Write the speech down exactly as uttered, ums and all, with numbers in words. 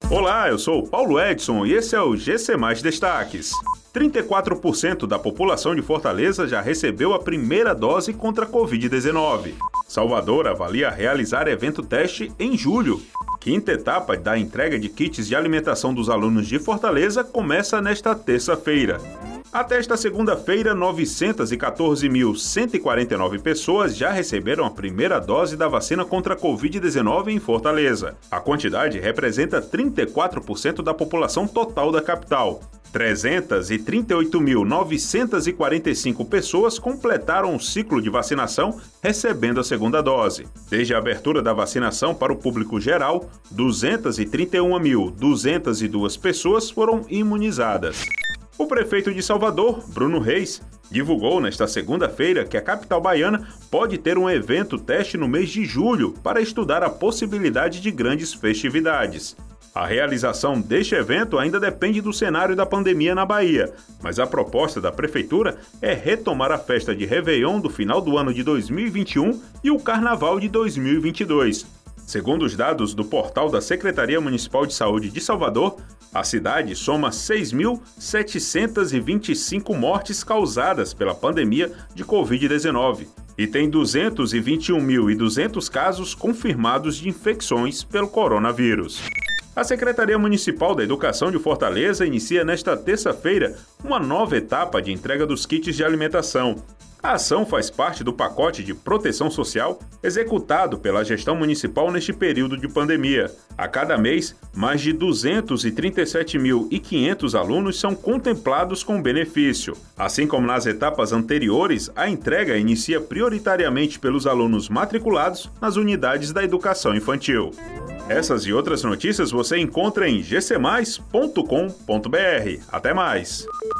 Olá, eu sou o Paulo Edson e esse é o G C Mais Destaques. trinta e quatro por cento da população de Fortaleza já recebeu a primeira dose contra a covid dezenove. Salvador avalia realizar evento teste em julho. Quinta etapa da entrega de kits de alimentação dos alunos de Fortaleza começa nesta terça-feira. Até esta segunda-feira, novecentos e quatorze mil cento e quarenta e nove pessoas já receberam a primeira dose da vacina contra a covid dezenove em Fortaleza. A quantidade representa trinta e quatro por cento da população total da capital. trezentos e trinta e oito mil novecentos e quarenta e cinco pessoas completaram o ciclo de vacinação recebendo a segunda dose. Desde a abertura da vacinação para o público geral, duzentos e trinta e um mil duzentas e duas pessoas foram imunizadas. O prefeito de Salvador, Bruno Reis, divulgou nesta segunda-feira que a capital baiana pode ter um evento teste no mês de julho para estudar a possibilidade de grandes festividades. A realização deste evento ainda depende do cenário da pandemia na Bahia, mas a proposta da prefeitura é retomar a festa de Réveillon do final do ano de dois mil e vinte e um e o Carnaval de dois mil e vinte e dois. Segundo os dados do portal da Secretaria Municipal de Saúde de Salvador, a cidade soma seis mil setecentos e vinte e cinco mortes causadas pela pandemia de covid dezenove e tem duzentos e vinte e um mil e duzentos casos confirmados de infecções pelo coronavírus. A Secretaria Municipal da Educação de Fortaleza inicia nesta terça-feira uma nova etapa de entrega dos kits de alimentação. A ação faz parte do pacote de proteção social executado pela gestão municipal neste período de pandemia. A cada mês, mais de duzentos e trinta e sete mil e quinhentos alunos são contemplados com benefício. Assim como nas etapas anteriores, a entrega inicia prioritariamente pelos alunos matriculados nas unidades da educação infantil. Essas e outras notícias você encontra em g c mais ponto com ponto b r. Até mais!